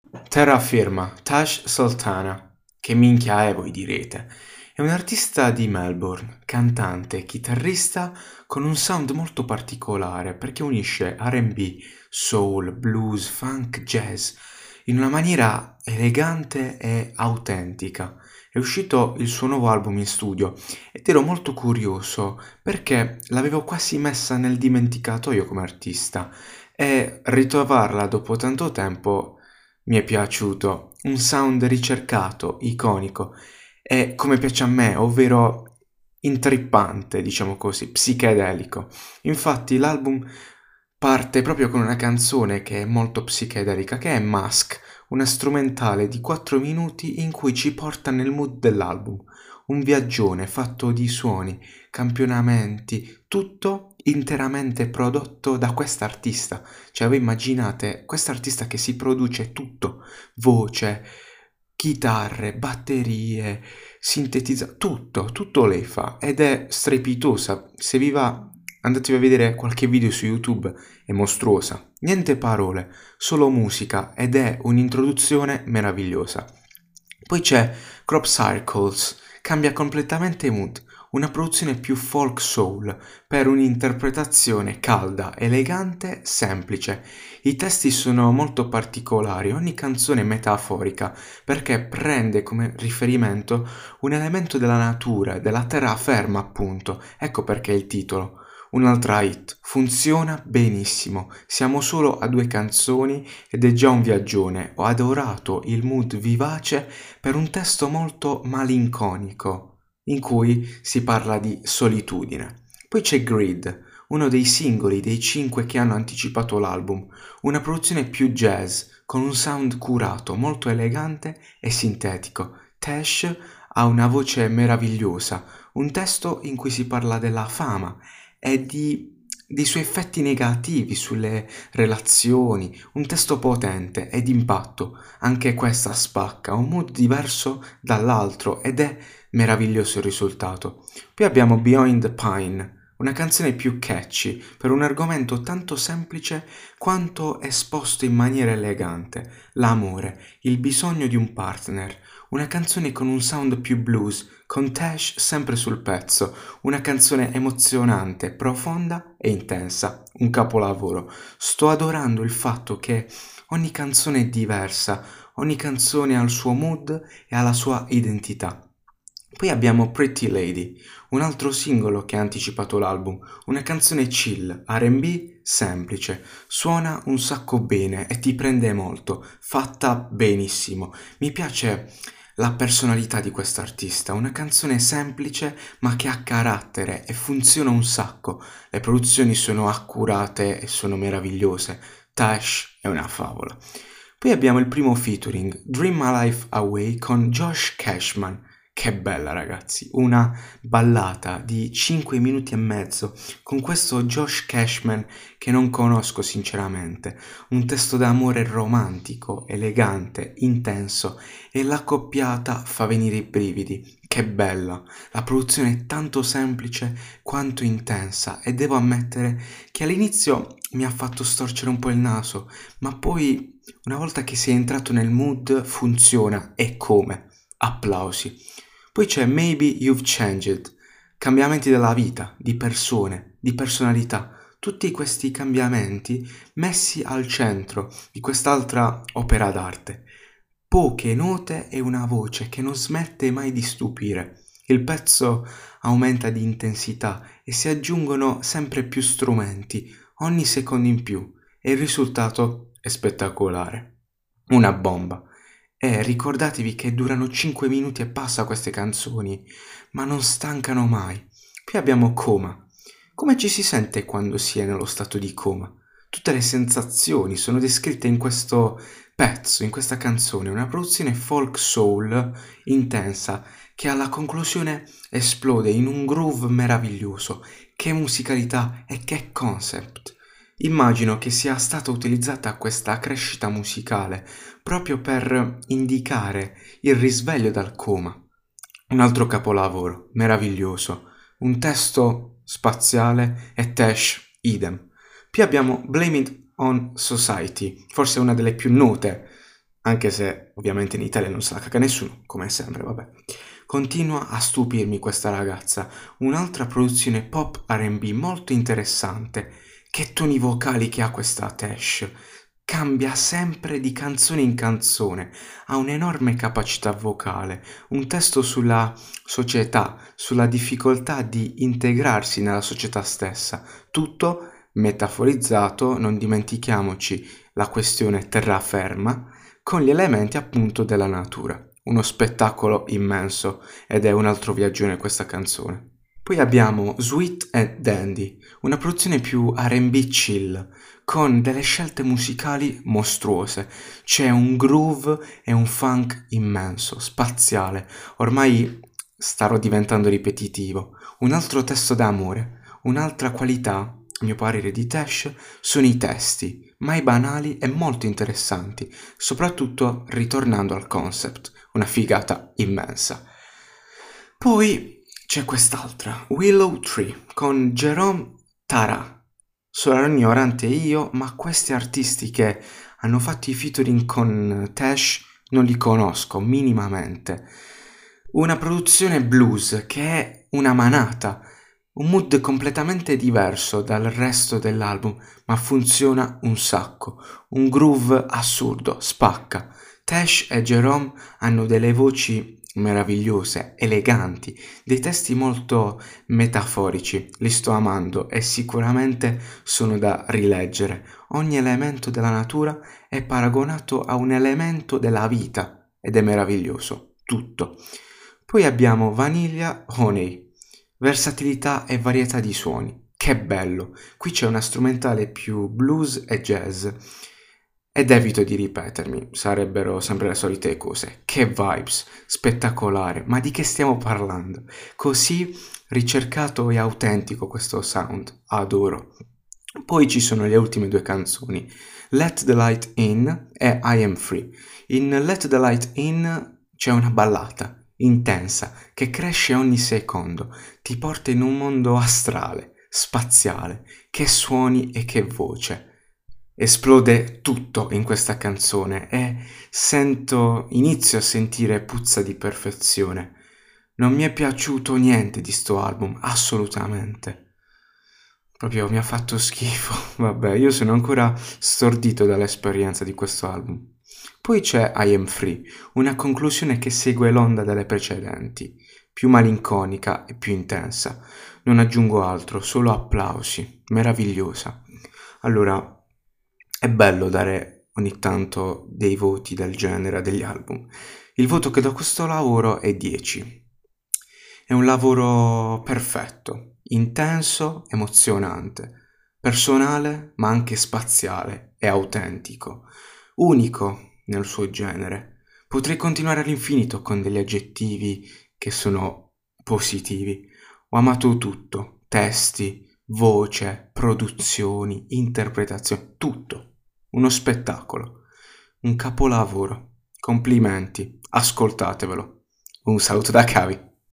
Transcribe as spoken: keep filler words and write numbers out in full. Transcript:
Terraferma, Tash Sultana. Che minchia è, voi direte? È un artista di Melbourne, cantante, chitarrista con un sound molto particolare perché unisce R and B, soul, blues, funk, jazz in una maniera elegante e autentica. È uscito il suo nuovo album in studio ed ero molto curioso perché l'avevo quasi messa nel dimenticatoio come artista e ritrovarla dopo tanto tempo mi è piaciuto. Un sound ricercato, iconico e come piace a me, ovvero intrippante, diciamo così, psichedelico. Infatti l'album parte proprio con una canzone che è molto psichedelica, che è Mask, una strumentale di quattro minuti in cui ci porta nel mood dell'album. Un viaggione fatto di suoni, campionamenti, tutto interamente prodotto da quest'artista. Cioè, voi immaginate quest'artista che si produce tutto, voce, chitarre, batterie, sintetizza, tutto, tutto lei fa ed è strepitosa. Se vi va, andatevi a vedere qualche video su YouTube, è mostruosa. Niente parole, solo musica ed è un'introduzione meravigliosa. Poi c'è Crop Circles, cambia completamente mood, una produzione più folk soul per un'interpretazione calda, elegante, semplice. I testi sono molto particolari, ogni canzone è metaforica perché prende come riferimento un elemento della natura, della terraferma appunto, ecco perché il titolo. Un'altra hit, funziona benissimo, siamo solo a due canzoni ed è già un viaggione, ho adorato il mood vivace per un testo molto malinconico, in cui si parla di solitudine. Poi c'è Grid, uno dei singoli dei cinque che hanno anticipato l'album, una produzione più jazz, con un sound curato, molto elegante e sintetico. Tash ha una voce meravigliosa, un testo in cui si parla della fama e di, dei suoi effetti negativi sulle relazioni, un testo potente ed impatto. Anche questa spacca, un mood diverso dall'altro ed è meraviglioso il risultato. Poi abbiamo Behind the Pine, una canzone più catchy per un argomento tanto semplice quanto esposto in maniera elegante, l'amore, il bisogno di un partner, una canzone con un sound più blues, con Tash sempre sul pezzo, una canzone emozionante, profonda e intensa, un capolavoro. Sto adorando il fatto che ogni canzone è diversa, ogni canzone ha il suo mood e ha la sua identità. Poi abbiamo Pretty Lady, un altro singolo che ha anticipato l'album, una canzone chill, R and B semplice, suona un sacco bene e ti prende molto, fatta benissimo. Mi piace la personalità di quest'artista, una canzone semplice ma che ha carattere e funziona un sacco. Le produzioni sono accurate e sono meravigliose. Tash è una favola. Poi abbiamo il primo featuring, Dream My Life Away con Josh Cashman. Che bella ragazzi, una ballata di cinque minuti e mezzo con questo Josh Cashman che non conosco sinceramente, un testo d'amore romantico, elegante, intenso e l'accoppiata fa venire i brividi. Che bella, la produzione è tanto semplice quanto intensa e devo ammettere che all'inizio mi ha fatto storcere un po' il naso, ma poi una volta che sei entrato nel mood funziona e come. Applausi. Poi c'è Maybe You've Changed, cambiamenti della vita, di persone, di personalità, tutti questi cambiamenti messi al centro di quest'altra opera d'arte. Poche note e una voce che non smette mai di stupire. Il pezzo aumenta di intensità e si aggiungono sempre più strumenti, ogni secondo in più, e il risultato è spettacolare. Una bomba. E ricordatevi che durano cinque minuti e passa queste canzoni, ma non stancano mai. Poi abbiamo Coma. Come ci si sente quando si è nello stato di coma? Tutte le sensazioni sono descritte in questo pezzo, in questa canzone, una produzione folk soul intensa che alla conclusione esplode in un groove meraviglioso. Che musicalità e che concept! Immagino che sia stata utilizzata questa crescita musicale proprio per indicare il risveglio dal coma. Un altro capolavoro, meraviglioso, un testo spaziale e Tash idem. Poi abbiamo Blame It on Society, forse una delle più note anche se ovviamente in Italia non se la caga nessuno, come sempre, vabbè. Continua a stupirmi questa ragazza, un'altra produzione pop R and B molto interessante. Che toni vocali che ha questa Tash, cambia sempre di canzone in canzone, ha un'enorme capacità vocale, un testo sulla società, sulla difficoltà di integrarsi nella società stessa, tutto metaforizzato, non dimentichiamoci la questione terraferma, con gli elementi appunto della natura. Uno spettacolo immenso ed è un altro viaggione questa canzone. Poi abbiamo Sweet and Dandy, una produzione più R and B chill, con delle scelte musicali mostruose. C'è un groove e un funk immenso, spaziale. Ormai starò diventando ripetitivo. Un altro testo d'amore, un'altra qualità, a mio parere, di Tash sono i testi, mai banali e molto interessanti, soprattutto ritornando al concept, una figata immensa. Poi c'è quest'altra, Willow Tree, con Jerome Tara. Sono ignorante io, ma questi artisti che hanno fatto i featuring con Tash non li conosco minimamente. Una produzione blues che è una manata, un mood completamente diverso dal resto dell'album, ma funziona un sacco. Un groove assurdo, spacca. Tash e Jerome hanno delle voci meravigliose, eleganti, dei testi molto metaforici, li sto amando e sicuramente sono da rileggere. Ogni elemento della natura è paragonato a un elemento della vita ed è meraviglioso, tutto. Poi abbiamo Vanilla Honey, versatilità e varietà di suoni. Che bello! Qui c'è una strumentale più blues e jazz. Ed evito di ripetermi, sarebbero sempre le solite cose. Che vibes, spettacolare, ma di che stiamo parlando? Così ricercato e autentico questo sound, adoro. Poi ci sono le ultime due canzoni, Let the Light In e I Am Free. In Let the Light In c'è una ballata intensa che cresce ogni secondo, ti porta in un mondo astrale, spaziale, che suoni e che voce. Esplode tutto in questa canzone e sento, inizio a sentire puzza di perfezione. Non mi è piaciuto niente di sto album, assolutamente. Proprio mi ha fatto schifo. Vabbè, io sono ancora stordito dall'esperienza di questo album. Poi c'è I Am Free, una conclusione che segue l'onda delle precedenti, più malinconica e più intensa. Non aggiungo altro, solo applausi. Meravigliosa. Allora, è bello dare ogni tanto dei voti del genere a degli album. Il voto che do a questo lavoro è dieci. È un lavoro perfetto, intenso, emozionante, personale ma anche spaziale e autentico, unico nel suo genere. Potrei continuare all'infinito con degli aggettivi che sono positivi. Ho amato tutto, testi, voce, produzioni, interpretazioni, tutto. Uno spettacolo, un capolavoro. Complimenti, ascoltatevelo. Un saluto da Cavi.